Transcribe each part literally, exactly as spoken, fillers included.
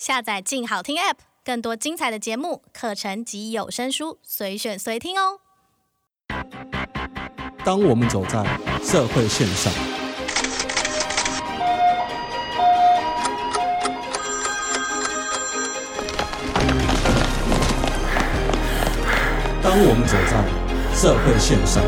下载静好听 App， 更多精彩的节目、课程及有声书，随选随听哦。 当我们走在社会线上，当我们走在社会线上，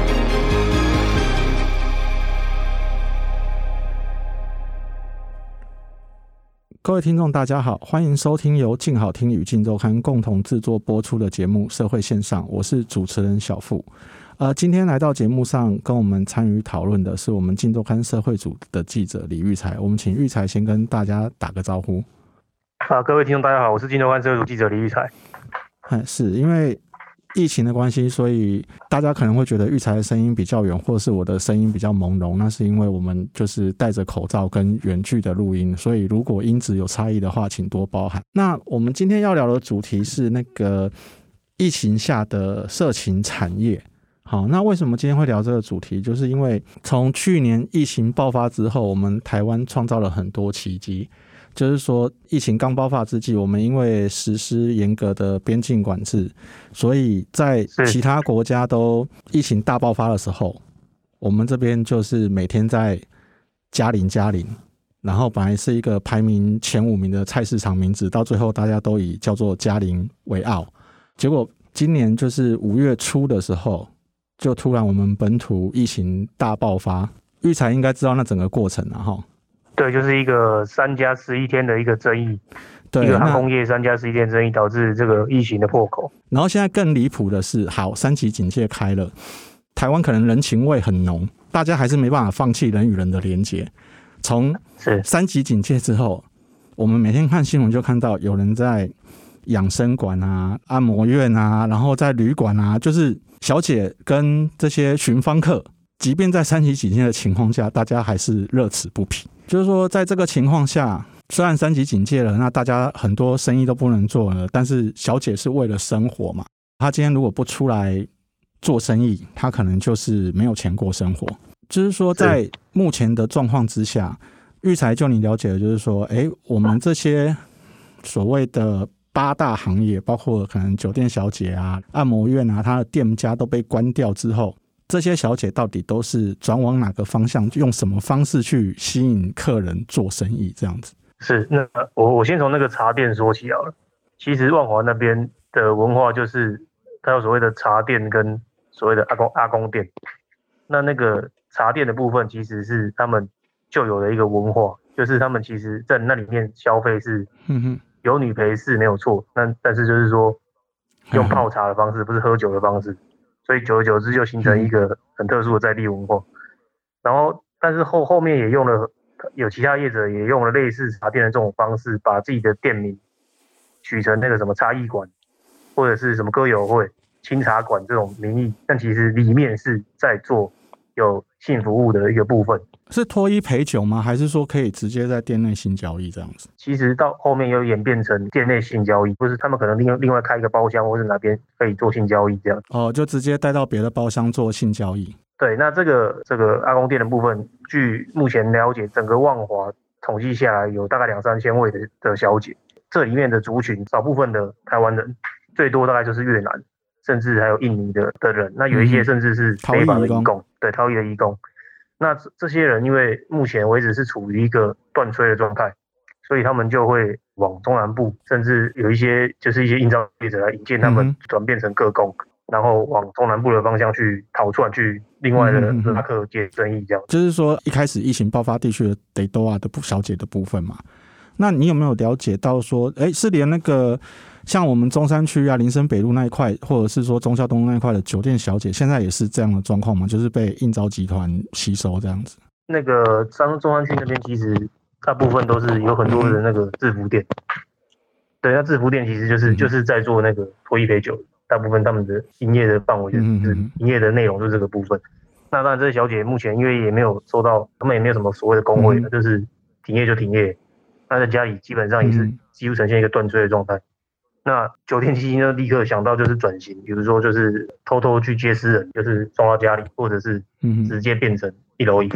各位听众大家好，欢迎收听由静好听与静周刊共同制作播出的节目《社会线上》，我是主持人小富。呃，今天来到节目上跟我们参与讨论的是我们静周刊社会组的记者李育才，我们请育才先跟大家打个招呼。 啊，各位听众大家好，我是静周刊社会组记者李育才。 哎，是因为疫情的关系，所以大家可能会觉得育才的声音比较远，或是我的声音比较朦胧，那是因为我们就是戴着口罩跟远距的录音，所以如果音质有差异的话请多包涵。那我们今天要聊的主题是那个疫情下的色情产业。好，那为什么今天会聊这个主题，就是因为从去年疫情爆发之后，我们台湾创造了很多奇迹。就是说疫情刚爆发之际，我们因为实施严格的边境管制，所以在其他国家都疫情大爆发的时候，我们这边就是每天在加零加零，然后本来是一个排名前五名的菜市场名字，到最后大家都以叫做加零为傲。结果今年就是五月初的时候，就突然我们本土疫情大爆发，育才应该知道那整个过程啊齁。 对，就是一个三加十一天的一个争议，对，一个航空业三加十一天争议导致这个疫情的破口。 然后现在更离谱的是，好，三级警戒开了，台湾可能人情味很浓，大家还是没办法放弃人与人的连结。从三级警戒之后，我们每天看新闻就看到有人在养生馆啊、按摩院啊，然后在旅馆啊，就是小姐跟这些寻芳客，即便在三级警戒的情况下，大家还是乐此不疲。就是说在这个情况下，虽然三级警戒了，那大家很多生意都不能做了，但是小姐是为了生活嘛，她今天如果不出来做生意，她可能就是没有钱过生活。就是说在目前的状况之下，育才就你了解的就是说，哎，我们这些所谓的八大行业，包括可能酒店小姐啊、按摩院啊，它的店家都被关掉之后，这些小姐到底都是转往哪个方向，用什么方式去吸引客人做生意这样子？ 是，那我我先从那个茶店说起好了。其实万华那边的文化就是它有所谓的茶店跟所谓的阿公阿公店。那那个茶店的部分其实是他们就有的一个文化，就是他们其实在那里面消费是有女陪侍没有错，那但是就是说用泡茶的方式，不是喝酒的方式。所以久而久之就形成一个很特殊的在地文化，然后但是后后面也用了，有其他业者也用了类似茶店的这种方式，把自己的店名取成那个什么茶艺馆，或者是什么歌友会、清茶馆这种名义，但其实里面是在做有性服务的一个部分。 是脱衣陪酒吗？还是说可以直接在店内性交易这样子？ 其实到后面又演变成店内性交易，或是他们可能另另外开一个包厢，或是哪边可以做性交易这样。 哦，就直接带到别的包厢做性交易。 对，那这个这个阿公店的部分，据目前了解，整个万华统计下来有大概两三千位的的小姐，这里面的族群少部分的台湾人，最多大概就是越南，甚至还有印尼的的人，那有一些甚至是非法的移工，对，逃逸的移工。那这些人因为目前为止是处于一个断炊的状态，所以他们就会往中南部，甚至有一些就是一些应召业者来引荐他们转变成个工，然后往中南部的方向去逃窜，去另外的拉客接生意这样。 就是说一开始疫情爆发地区的得多啊的小姐的部分嘛，那你有没有了解到说，哎，是连那个像我们中山区啊、林森北路那一块，或者是说忠孝东路那一块的酒店小姐，现在也是这样的状况吗？就是被应召集团吸收这样子？ 那个中山区那边其实大部分都是有很多的那个制服店，对，那制服店其实就是、嗯、就是在做那个脱衣陪酒，大部分他们的营业的范围就是营业的内容就是这个部分。那当然这些小姐目前因为也没有收到，他们也没有什么所谓的工会的、嗯，就是停业就停业。那在家里基本上也是几乎呈现一个断炊的状态。那酒店基金呢，立刻想到就是转型，比如说就是偷偷去接私人，就是送到家里，或者是直接变成一楼一凤，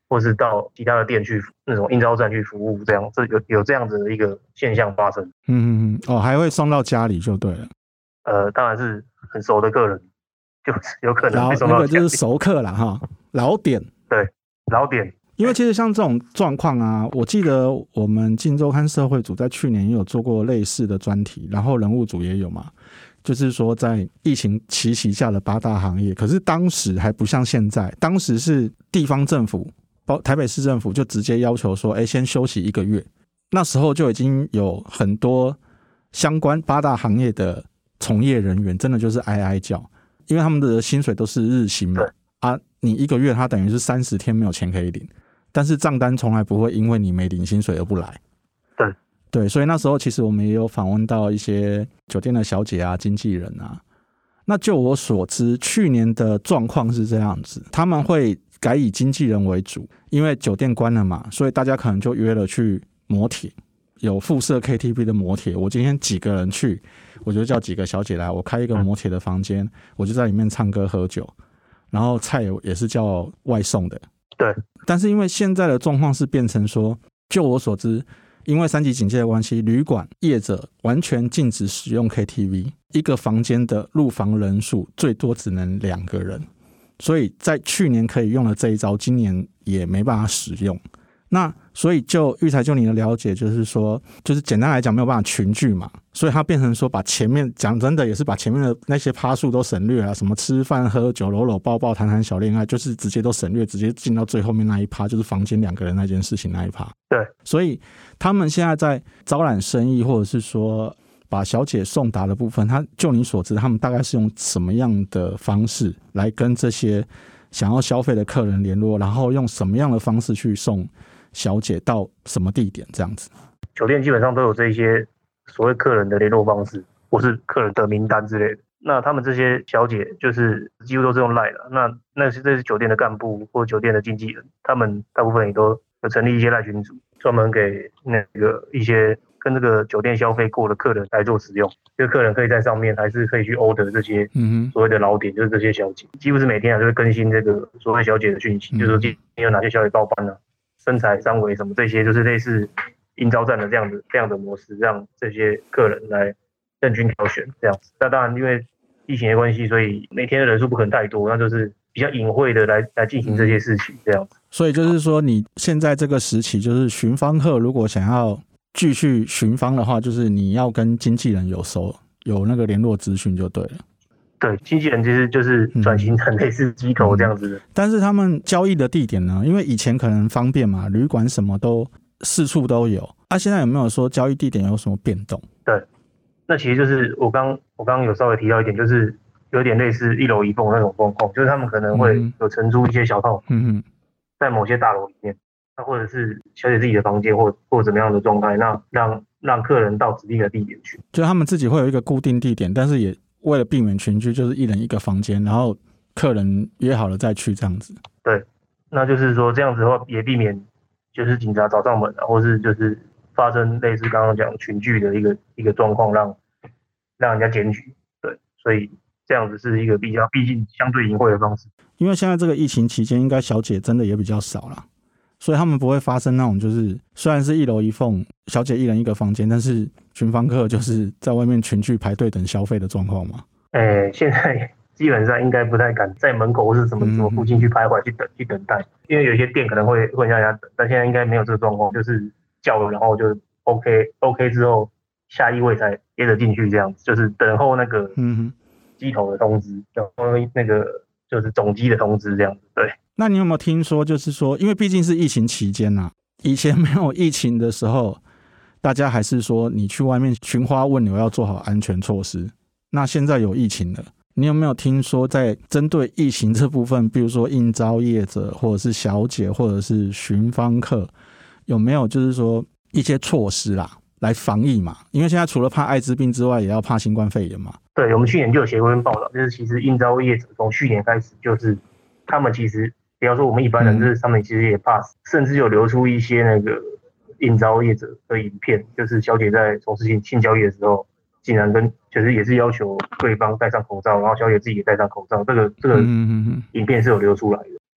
或是到其他的店去那种应召站去服务，这样这有有这样子的一个现象发生。 嗯嗯嗯，哦，还会送到家里就对了。 呃，当然是很熟的客人，就有可能会送到家里。 那个就是熟客啦哈，老点。 对，老点。 因为其实像这种状况啊，我记得我们镜周刊社会组在去年也有做过类似的专题，然后人物组也有嘛，就是说在疫情期旗下的八大行业，可是当时还不像现在，当时是地方政府，台北市政府就直接要求说，哎，先休息一个月。那时候就已经有很多相关八大行业的从业人员真的就是哀哀叫，因为他们的薪水都是日薪嘛，啊，你一个月他等于是三十天没有钱可以领。但是账单从来不会因为你没领薪水而不来。 对对，所以那时候其实我们也有访问到一些酒店的小姐啊、经纪人啊。那就我所知，去年的状况是这样子，他们会改以经纪人为主，因为酒店关了嘛，所以大家可能就约了去摩铁，有附设 K T V 的摩铁。我今天几个人去，我就叫几个小姐来，我开一个摩铁的房间，我就在里面唱歌喝酒，然后菜也是叫外送的。 对， 但是因为现在的状况是变成说，就我所知，因为三级警戒的关系，旅馆业者完全禁止使用 K T V， 一个房间的入房人数最多只能两个人，所以在去年可以用的这一招，今年也没办法使用。那所以就育才就你的了解，就是说，就是简单来讲没有办法群聚嘛，所以它变成说把前面讲真的也是把前面的那些趴数都省略了，什么吃饭喝酒搂搂抱抱谈谈小恋爱，就是直接都省略，直接进到最后面那一趴，就是房间两个人那件事情那一趴。 对， 所以他们现在在招揽生意，或者是说把小姐送达的部分，他就你所知，他们大概是用什么样的方式来跟这些想要消费的客人联络，然后用什么样的方式去送小姐到什么地点这样子？ 酒店基本上都有这些所谓客人的联络方式，或是客人的名单之类的。那他们这些小姐就是几乎都是用 LINE 的。那那是这是酒店的干部或酒店的经纪人，他们大部分也都有成立一些 LINE 群组，专门给那个一些跟这个酒店消费过的客人来做使用。这个客人可以在上面还是可以去 order 这些所谓的老点，就是这些小姐，几乎是每天还是会更新这个所谓小姐的讯息，就是说今天有哪些小姐报班啊。身材、三围什么这些，就是类似应召站的这样的这样的模式，让这些客人来任君挑选这样子。那当然，因为疫情的关系，所以每天的人数不可能太多，那就是比较隐晦的来来进行这些事情这样子。 所以就是说，你现在这个时期，就是寻芳客如果想要继续寻芳的话，就是你要跟经纪人有熟有那个联络资讯就对了。 对，经纪人其实就是转型成类似机构这样子的、嗯嗯。 但是他们交易的地点呢？因为以前可能方便嘛，旅馆什么都四处都有。啊，现在有没有说交易地点有什么变动？ 对，那其实就是我刚我刚刚有稍微提到一点，就是有点类似一楼一凤那种状况，就是他们可能会有承租一些小套，嗯，在某些大楼里面，那或者是小姐自己的房间或或怎么样的状态，那让让客人到指定的地点去， 就他们自己会有一个固定地点，但是也为了避免群居，就是一人一个房间，然后客人约好了再去这样子。 对，那就是说这样子的话，也避免就是警察找上门啊，或是就是发生类似刚刚讲群聚的一个一个状况，让让人家检举。对，所以这样子是一个比较毕竟相对隐晦的方式。 因为现在这个疫情期间，应该小姐真的也比较少啦，所以他们不会发生那种就是虽然是一楼一凤，小姐一人一个房间，但是群芳客就是在外面群聚排队等消费的状况嘛。 诶，现在基本上应该不太敢在门口或是什么什么附近去徘徊去等去等待，因为有些店可能会会让人家等，但现在应该没有这个状况，就是叫了然后就 OK OK 之后下一位才接着进去这样子，就是等候那个机头的通知，等候那个就是总机的通知这样子。对。 那你有没有听说，就是说，因为毕竟是疫情期间啊，以前没有疫情的时候，大家还是说你去外面寻花问柳要做好安全措施。那现在有疫情了，你有没有听说在针对疫情这部分，比如说应召业者或者是小姐或者是寻芳客，有没有就是说一些措施啦来防疫嘛？因为现在除了怕艾滋病之外，也要怕新冠肺炎嘛。 对，我们去年就有协会报道，就是其实应召业者从去年开始，就是他们其实不要说我们一般人，就是他们其实也怕死，甚至有流出一些那个应召业者的影片，就是小姐在从事性性交易的时候，竟然跟就是也是要求对方戴上口罩，然后小姐自己也戴上口罩，这个这个影片是有流出来的。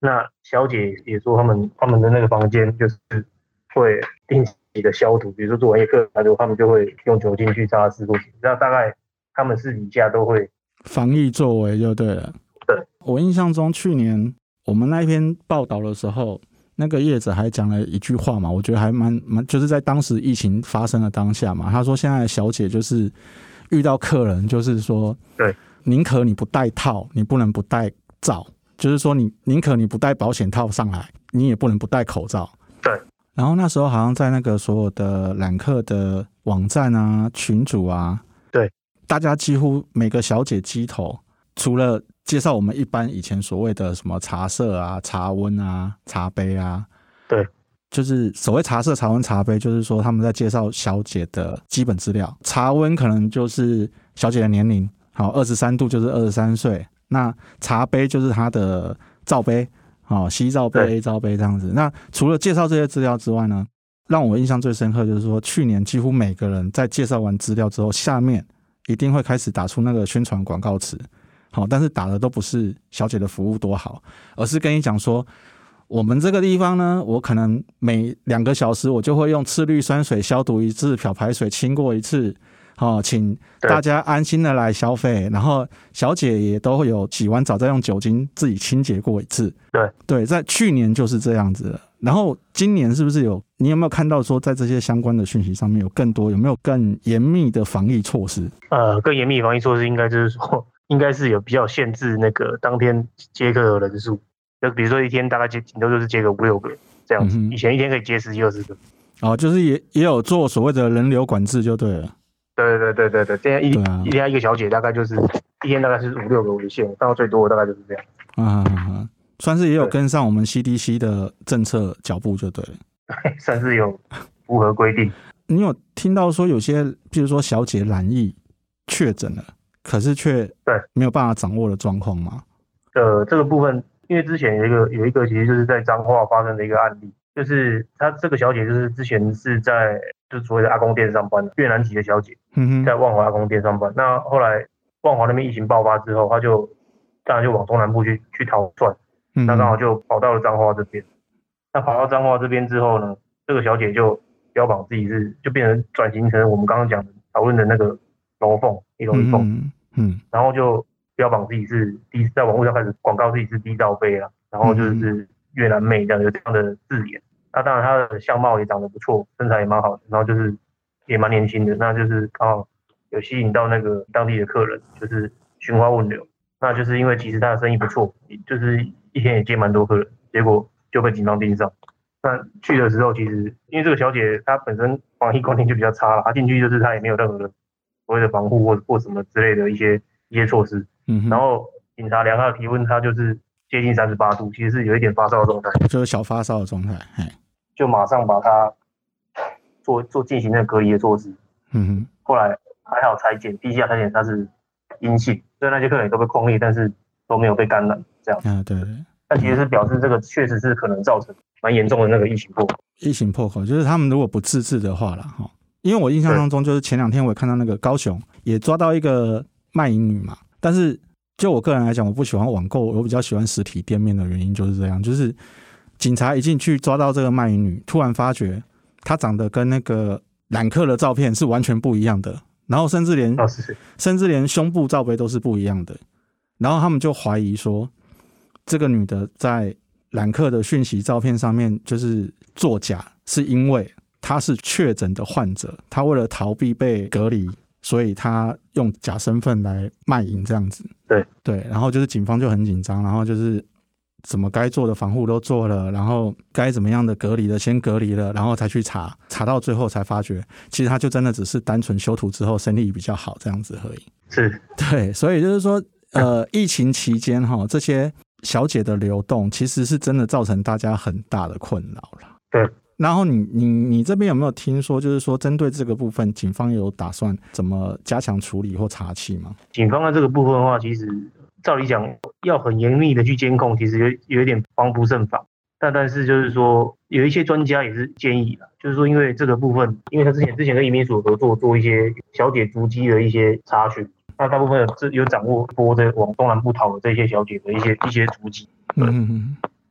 那小姐也说他们他们的那个房间就是会定期的消毒，比如说做完夜课来之后，他们就会用酒精去擦拭过去。那大概他们私底下都会防疫作为就对了。 对， 我印象中去年我们那一篇报道的时候，那个业者还讲了一句话嘛，我觉得还蛮蛮，就是在当时疫情发生的当下嘛，他说现在的小姐就是遇到客人，就是说， 对， 宁可你不戴套，你不能不戴罩，就是说你宁可你不戴保险套上来，你也不能不戴口罩。 对。 然后那时候好像在那个所有的揽客的网站啊、群组啊， 对， 大家几乎每个小姐机头，除了介绍我们一般以前所谓的什么茶色啊、茶温啊、茶杯啊， 对， 就是所谓茶色、茶温、茶杯，就是说他们在介绍小姐的基本资料。茶温可能就是小姐的年龄，好，二十三度就是二十三岁。那茶杯就是她的罩杯，好，C罩杯、A 罩杯这样子。那除了介绍这些资料之外呢，让我印象最深刻就是说，去年几乎每个人在介绍完资料之后，下面一定会开始打出那个宣传广告词。好，但是打的都不是小姐的服务多好，而是跟你讲说，我们这个地方呢，我可能每两个小时我就会用次氯酸水消毒一次，漂白水清过一次，好，请大家安心的来消费。然后小姐也都会有洗完澡再用酒精自己清洁过一次。 对对，在去年就是这样子了。然后今年是不是有？你有没有看到说，在这些相关的讯息上面有更多，有没有更严密的防疫措施？ 呃，更严密的防疫措施应该就是说。应该是有比较限制那个当天接客的人数，就比如说一天大概接顶多就是接个五六个这样子，嗯、以前一天可以接十几二十个。 哦，就是也也有做所谓的人流管制就对了。 对对对对对，现在一、啊、一天一个小姐大概就是一天大概是五六个为限，到最多的大概就是这样。 啊、嗯，算是也有跟上我们 C D C 的政策脚步就对了。 对，算是有符合规定。 你有听到说有些，比如说小姐染疫确诊了？可是却没有办法掌握的状况吗？ 呃，这个部分，因为之前有一个有一个，其实就是在彰化发生的一个案例，就是她这个小姐就是之前是在就是所谓的阿公店上班，越南籍的小姐，在万华阿公店上班。嗯、那后来万华那边疫情爆发之后，她就当然就往中南部去去逃窜，嗯、那刚好就跑到了彰化这边。那跑到彰化这边之后呢，这个小姐就标榜自己是就变成转型成我们刚刚讲的讨论的那个楼凤一楼一凤。嗯嗯，然后就标榜自己是低，在网络上开始广告自己是低罩杯啦，然后就是越南妹这样有这样的字眼。那当然她的相貌也长得不错，身材也蛮好的，然后就是也蛮年轻的，那就是刚好有吸引到那个当地的客人，就是寻花问柳。那就是因为其实她的生意不错，就是一天也接蛮多客人，结果就被警方盯上。那去的时候，其实因为这个小姐她本身防疫观念就比较差了，她进去就是她也没有任何的所谓的防护或或什么之类的一些一些措施，嗯，然后警察量他的体温，他就是接近三十八度，其实是有一点发烧的状态， 就是小发烧的状态， 就马上把他做做进行那个隔离的措施，嗯哼，后来还好裁剪，第一下裁剪他是阴性，所以那些客人也都被匡列，但是都没有被感染，这样， 啊对， 但其实是表示这个确实是可能造成蛮严重的那个疫情破口， 疫情破口就是他们如果不自治的话啦，哈。因为我印象当中，就是前两天我也看到那个高雄也抓到一个卖淫女嘛，但是就我个人来讲，我不喜欢网购，我比较喜欢实体店面的原因就是这样，就是警察一进去抓到这个卖淫女，突然发觉她长得跟那个揽客的照片是完全不一样的，然后甚至连、 哦、是是甚至连胸部罩杯都是不一样的，然后他们就怀疑说，这个女的在揽客的讯息照片上面就是作假，是因为他是确诊的患者，他为了逃避被隔离，所以他用假身份来卖淫这样子。 对对，然后就是警方就很紧张，然后就是什么该做的防护都做了，然后该怎么样的隔离的先隔离了，然后才去查，查到最后才发觉，其实他就真的只是单纯修图之后身体比较好这样子而已。 是， 对，所以就是说，呃，疫情期间哈，这些小姐的流动其实是真的造成大家很大的困扰了。 对。 然后你你你这边有没有听说，就是说针对这个部分，警方有打算怎么加强处理或查缉吗？ 警方的这个部分的话，其实照理讲要很严密的去监控，其实有有一点防不胜防。但但是就是说，有一些专家也是建议的，就是说因为这个部分，因为他之前之前跟移民署合作做一些小姐足迹的一些查询，那大部分有有掌握波的往东南部逃的这些小姐的一些一些足迹。嗯嗯嗯。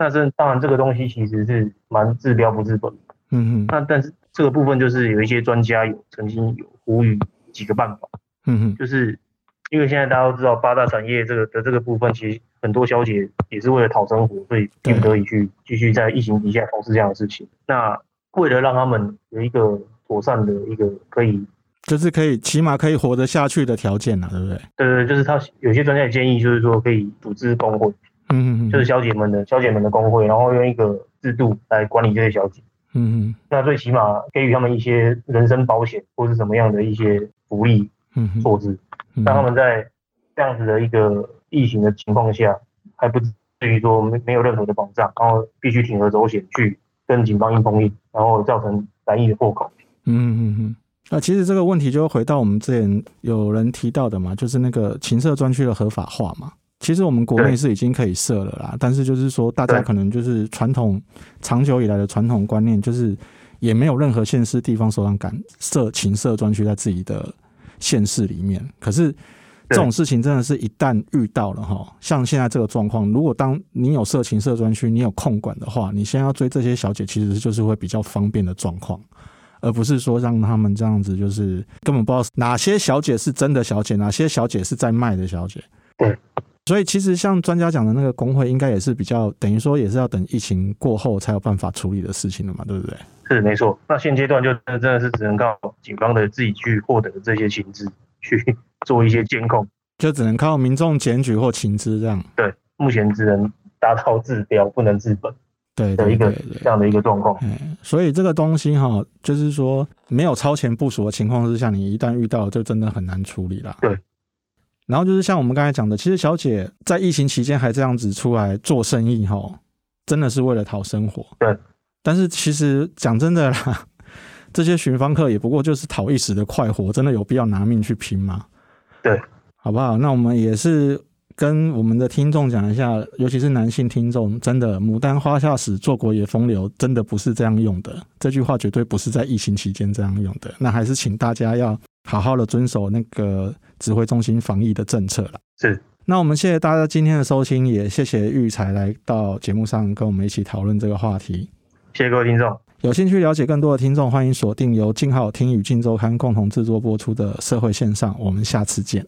那这当然这个东西其实是蛮治标不治本。 嗯哼。 那但是这个部分就是有一些专家有曾经有呼吁几个办法。 嗯哼。 就是因为现在大家都知道八大产业这个的这个部分，其实很多小姐也是为了讨生活，所以并不得已去继续在疫情底下从事这样的事情。那为了让他们有一个妥善的一个可以， 就是可以起码可以活得下去的条件啦，对不对？ 对对，就是他有些专家也建议，就是说可以组织工会， 嗯嗯， 就是小姐们的小姐们的工会，然后用一个制度来管理这些小姐。 嗯嗯， 那最起码给予他们一些人身保险或是什么样的一些福利措施， 嗯、 让他们在这样子的一个疫情的情况下，还不至于说没没有任何的保障，然后必须铤而走险去跟警方硬碰硬，然后造成染疫的祸口。 嗯嗯嗯。那其实这个问题就回到我们之前有人提到的嘛，就是那个情色专区的合法化嘛。其实我们国内是已经可以设了啦，但是就是说大家可能就是传统长久以来的传统观念，就是也没有任何县市地方首长敢设情色专区在自己的县市里面。可是这种事情真的是一旦遇到了齁，像现在这个状况，如果当你有设情色专区，你有控管的话，你现在要追这些小姐其实就是会比较方便的状况，而不是说让他们这样子就是根本不知道哪些小姐是真的小姐，哪些小姐是在卖的小姐。 对， 所以其实像专家讲的那个工会应该也是比较等于说也是要等疫情过后才有办法处理的事情了嘛，对不对？ 是没错。那现阶段就真的是只能靠警方的自己去获得这些情资去做一些监控， 就只能靠民众检举或情资这样。 对，目前只能达到治标不能治本的一个这样的一个状况。 所以这个东西哈，就是说没有超前部署的情况之下，你一旦遇到就真的很难处理啦。 对。 然后就是像我们刚才讲的，其实小姐在疫情期间还这样子出来做生意哈，真的是为了讨生活。 对。 但是其实讲真的啦，这些寻芳客也不过就是讨一时的快活，真的有必要拿命去拼吗？ 对。 好不好？那我们也是跟我们的听众讲一下，尤其是男性听众，真的牡丹花下死，做国也风流，真的不是这样用的。这句话绝对不是在疫情期间这样用的。那还是请大家要好好的遵守那个指挥中心防疫的政策啦。 是。 那我们谢谢大家今天的收听，也谢谢育才来到节目上跟我们一起讨论这个话题。 谢谢各位听众。 有兴趣了解更多的听众，欢迎锁定由静好听与静周刊共同制作播出的社会线上，我们下次见。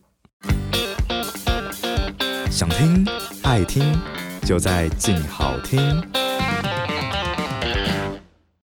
想听爱听就在静好听。